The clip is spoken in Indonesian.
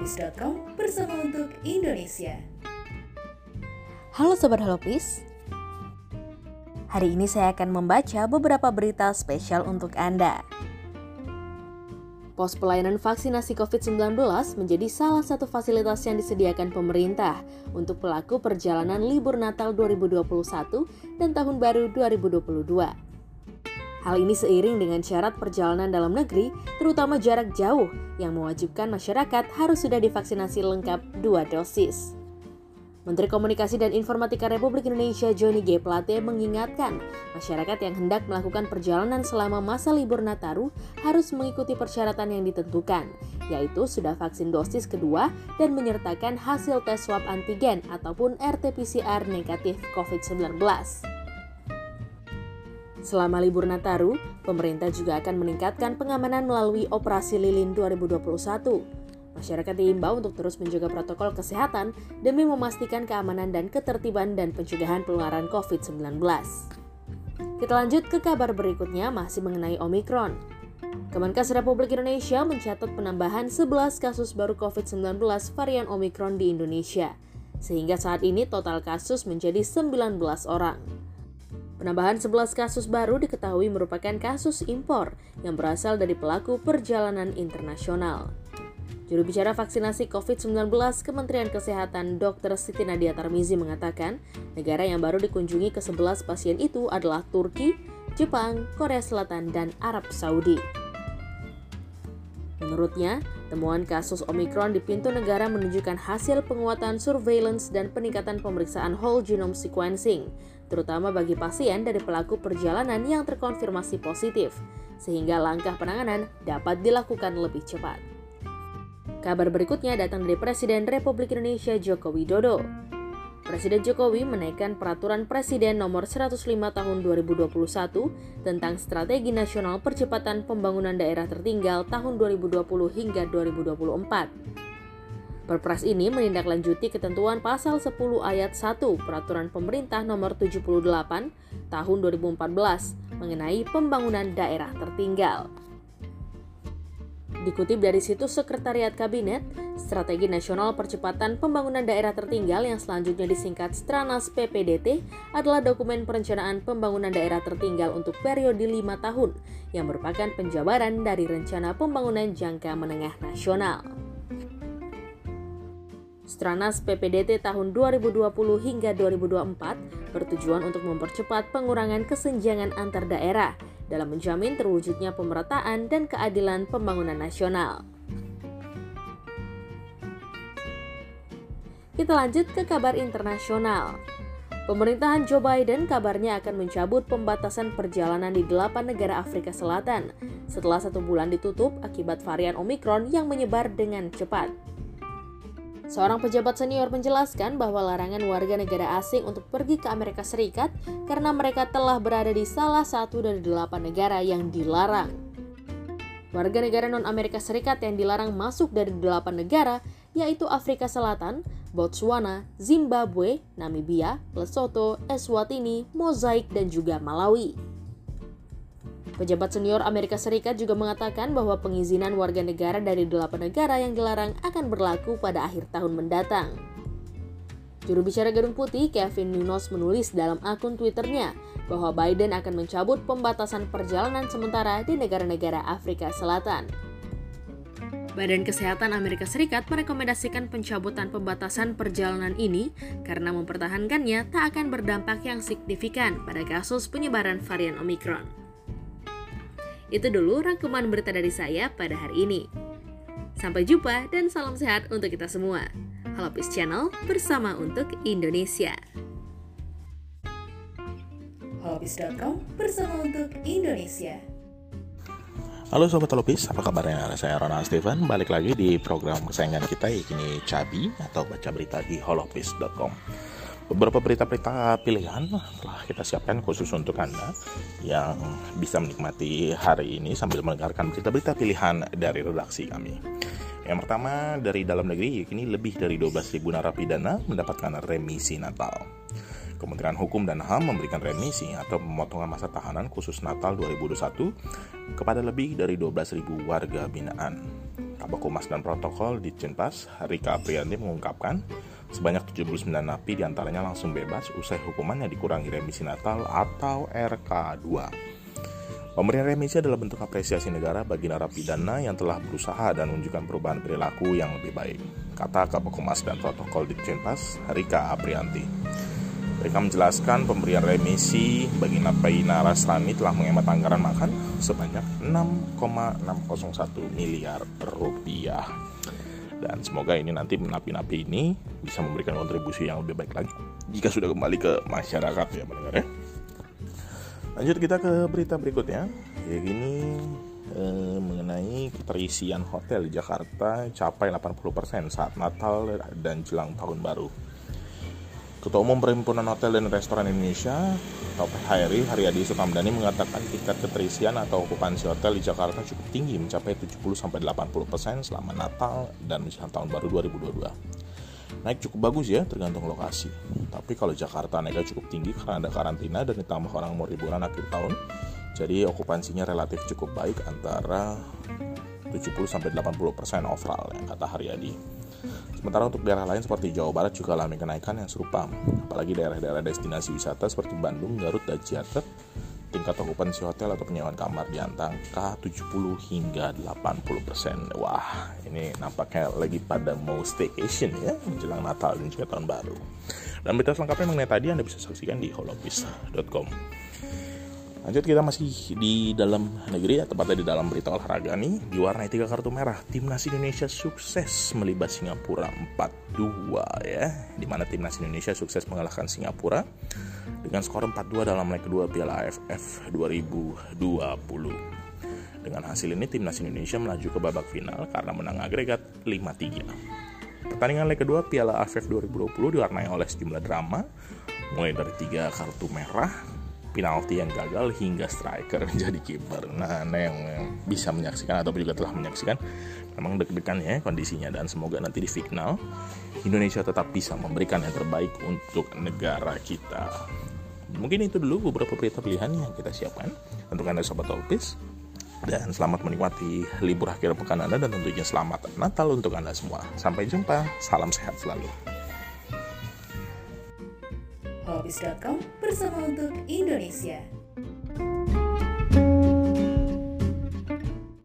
Halopis.com bersama untuk Indonesia. Halo Sobat Halopis. Hari ini saya akan membaca beberapa berita spesial untuk Anda. Pos pelayanan vaksinasi COVID-19 menjadi salah satu fasilitas yang disediakan pemerintah untuk pelaku perjalanan libur Natal 2021 dan Tahun Baru 2022. Hal ini seiring dengan syarat perjalanan dalam negeri, terutama jarak jauh, yang mewajibkan masyarakat harus sudah divaksinasi lengkap 2 dosis. Menteri Komunikasi dan Informatika Republik Indonesia Johnny G. Plate mengingatkan, masyarakat yang hendak melakukan perjalanan selama masa libur Nataru harus mengikuti persyaratan yang ditentukan, yaitu sudah vaksin dosis kedua dan menyertakan hasil tes swab antigen ataupun RT-PCR negatif COVID-19. Selama libur Nataru, pemerintah juga akan meningkatkan pengamanan melalui Operasi Lilin 2021. Masyarakat diimbau untuk terus menjaga protokol kesehatan demi memastikan keamanan dan ketertiban dan pencegahan penularan COVID-19. Kita lanjut ke kabar berikutnya masih mengenai Omikron. Kemenkes Republik Indonesia mencatat penambahan 11 kasus baru COVID-19 varian Omikron di Indonesia, sehingga saat ini total kasus menjadi 19 orang. Penambahan 11 kasus baru diketahui merupakan kasus impor yang berasal dari pelaku perjalanan internasional. Juru bicara vaksinasi COVID-19 Kementerian Kesehatan Dr. Siti Nadia Tarmizi mengatakan, negara yang baru dikunjungi ke-11 pasien itu adalah Turki, Jepang, Korea Selatan, dan Arab Saudi. Menurutnya, temuan kasus Omikron di pintu negara menunjukkan hasil penguatan surveillance dan peningkatan pemeriksaan whole genome sequencing, terutama bagi pasien dari pelaku perjalanan yang terkonfirmasi positif, sehingga langkah penanganan dapat dilakukan lebih cepat. Kabar berikutnya datang dari Presiden Republik Indonesia Joko Widodo. Presiden Jokowi menaikkan Peraturan Presiden Nomor 105 Tahun 2021 tentang Strategi Nasional Percepatan Pembangunan Daerah Tertinggal tahun 2020 hingga 2024. Perpres ini menindaklanjuti ketentuan Pasal 10 Ayat 1 Peraturan Pemerintah Nomor 78 Tahun 2014 mengenai pembangunan daerah tertinggal. Dikutip dari situs Sekretariat Kabinet, Strategi Nasional Percepatan Pembangunan Daerah Tertinggal yang selanjutnya disingkat Stranas PPDT adalah dokumen perencanaan pembangunan daerah tertinggal untuk periode 5 tahun yang merupakan penjabaran dari Rencana Pembangunan Jangka Menengah Nasional. Stranas PPDT tahun 2020 hingga 2024 bertujuan untuk mempercepat pengurangan kesenjangan antar daerah dalam menjamin terwujudnya pemerataan dan keadilan pembangunan nasional. Kita lanjut ke kabar internasional. Pemerintahan Joe Biden kabarnya akan mencabut pembatasan perjalanan di 8 negara Afrika Selatan setelah 1 bulan ditutup akibat varian Omikron yang menyebar dengan cepat. Seorang pejabat senior menjelaskan bahwa larangan warga negara asing untuk pergi ke Amerika Serikat karena mereka telah berada di salah satu dari 8 negara yang dilarang. Warga negara non-Amerika Serikat yang dilarang masuk dari 8 negara yaitu Afrika Selatan, Botswana, Zimbabwe, Namibia, Lesotho, Eswatini, Mozaik, dan juga Malawi. Pejabat senior Amerika Serikat juga mengatakan bahwa pengizinan warga negara dari 8 negara yang dilarang akan berlaku pada akhir tahun mendatang. Juru bicara Gedung Putih, Kevin Nunes, menulis dalam akun Twitternya bahwa Biden akan mencabut pembatasan perjalanan sementara di negara-negara Afrika Selatan. Badan Kesehatan Amerika Serikat merekomendasikan pencabutan pembatasan perjalanan ini karena mempertahankannya tak akan berdampak yang signifikan pada kasus penyebaran varian Omikron. Itu dulu rangkuman berita dari saya pada hari ini. Sampai jumpa dan salam sehat untuk kita semua. Halopis Channel bersama untuk Indonesia. Halopis.com bersama untuk Indonesia. Halo Sobat Halopis, apa kabarnya? Saya Ronald Steven, balik lagi di program kesayangan kita, yakni Cabi atau baca berita di Halopis.com. Beberapa berita-berita pilihan telah kita siapkan khusus untuk Anda yang bisa menikmati hari ini sambil mendengarkan berita-berita pilihan dari redaksi kami. Yang pertama dari dalam negeri, yakni lebih dari 12.000 narapidana mendapatkan remisi Natal. Kementerian Hukum dan HAM memberikan remisi atau pemotongan masa tahanan khusus Natal 2021 kepada lebih dari 12.000 warga binaan. Kabak Humas dan Protokol Ditjenpas Rika Aprianti mengungkapkan sebanyak 79 napi diantaranya langsung bebas usai hukumannya dikurangi remisi Natal atau RK2. Pemberian remisi adalah bentuk apresiasi negara bagi narapidana yang telah berusaha dan menunjukkan perubahan perilaku yang lebih baik, kata Kabak Humas dan Protokol Ditjenpas Rika Aprianti. Mereka menjelaskan pemberian remisi bagi napi Narasrami telah menghemat anggaran makan sebanyak 6,601 miliar rupiah. Dan semoga ini nanti napi-napi ini bisa memberikan kontribusi yang lebih baik lagi jika sudah kembali ke masyarakat ya pendengar ya. Lanjut kita ke berita berikutnya. Kayak gini mengenai keterisian hotel di Jakarta capai 80% saat Natal dan jelang tahun baru. Ketua Umum Perhimpunan Hotel dan Restoran Indonesia atau PHRI Haryadi Sukamdhani mengatakan tingkat keterisian atau okupansi hotel di Jakarta cukup tinggi mencapai 70-80% selama Natal dan menjelang tahun baru 2022. Naik cukup bagus ya tergantung lokasi. Tapi kalau Jakarta naiknya cukup tinggi karena ada karantina dan ditambah orang mau liburan akhir tahun. Jadi okupansinya relatif cukup baik antara 70-80% overall ya, kata Haryadi. Sementara untuk daerah lain seperti Jawa Barat juga alami kenaikan yang serupa. Apalagi daerah-daerah destinasi wisata seperti Bandung, Garut, dan Ciater, tingkat okupansi hotel atau penyewaan kamar di angka 70 hingga 80%. Wah, ini nampaknya lagi pada mau staycation ya menjelang Natal dan juga tahun baru. Dan berita selengkapnya mengenai tadi Anda bisa saksikan di holopis.com. Lanjut kita masih di dalam negeri, tepatnya di dalam berita olahraga nih. Diwarnai 3 kartu merah, Timnas Indonesia sukses melibas Singapura 4-2 ya. Dimana Timnas Indonesia sukses mengalahkan Singapura dengan skor 4-2 dalam leg kedua Piala AFF 2020. Dengan hasil ini Timnas Indonesia melaju ke babak final karena menang agregat 5-3. Pertandingan leg kedua Piala AFF 2020 diwarnai oleh sejumlah drama, mulai dari 3 kartu merah, penalti yang gagal hingga striker menjadi kiper. Nah, yang bisa menyaksikan atau juga telah menyaksikan memang deg-degan ya kondisinya, dan semoga nanti di final Indonesia tetap bisa memberikan yang terbaik untuk negara kita. Mungkin itu dulu beberapa berita pilihan yang kita siapkan untuk Anda Sobat Holopis. Dan selamat menikmati libur akhir pekan Anda dan tentunya selamat Natal untuk Anda semua. Sampai jumpa, salam sehat selalu. Holopis.com bersama untuk Indonesia.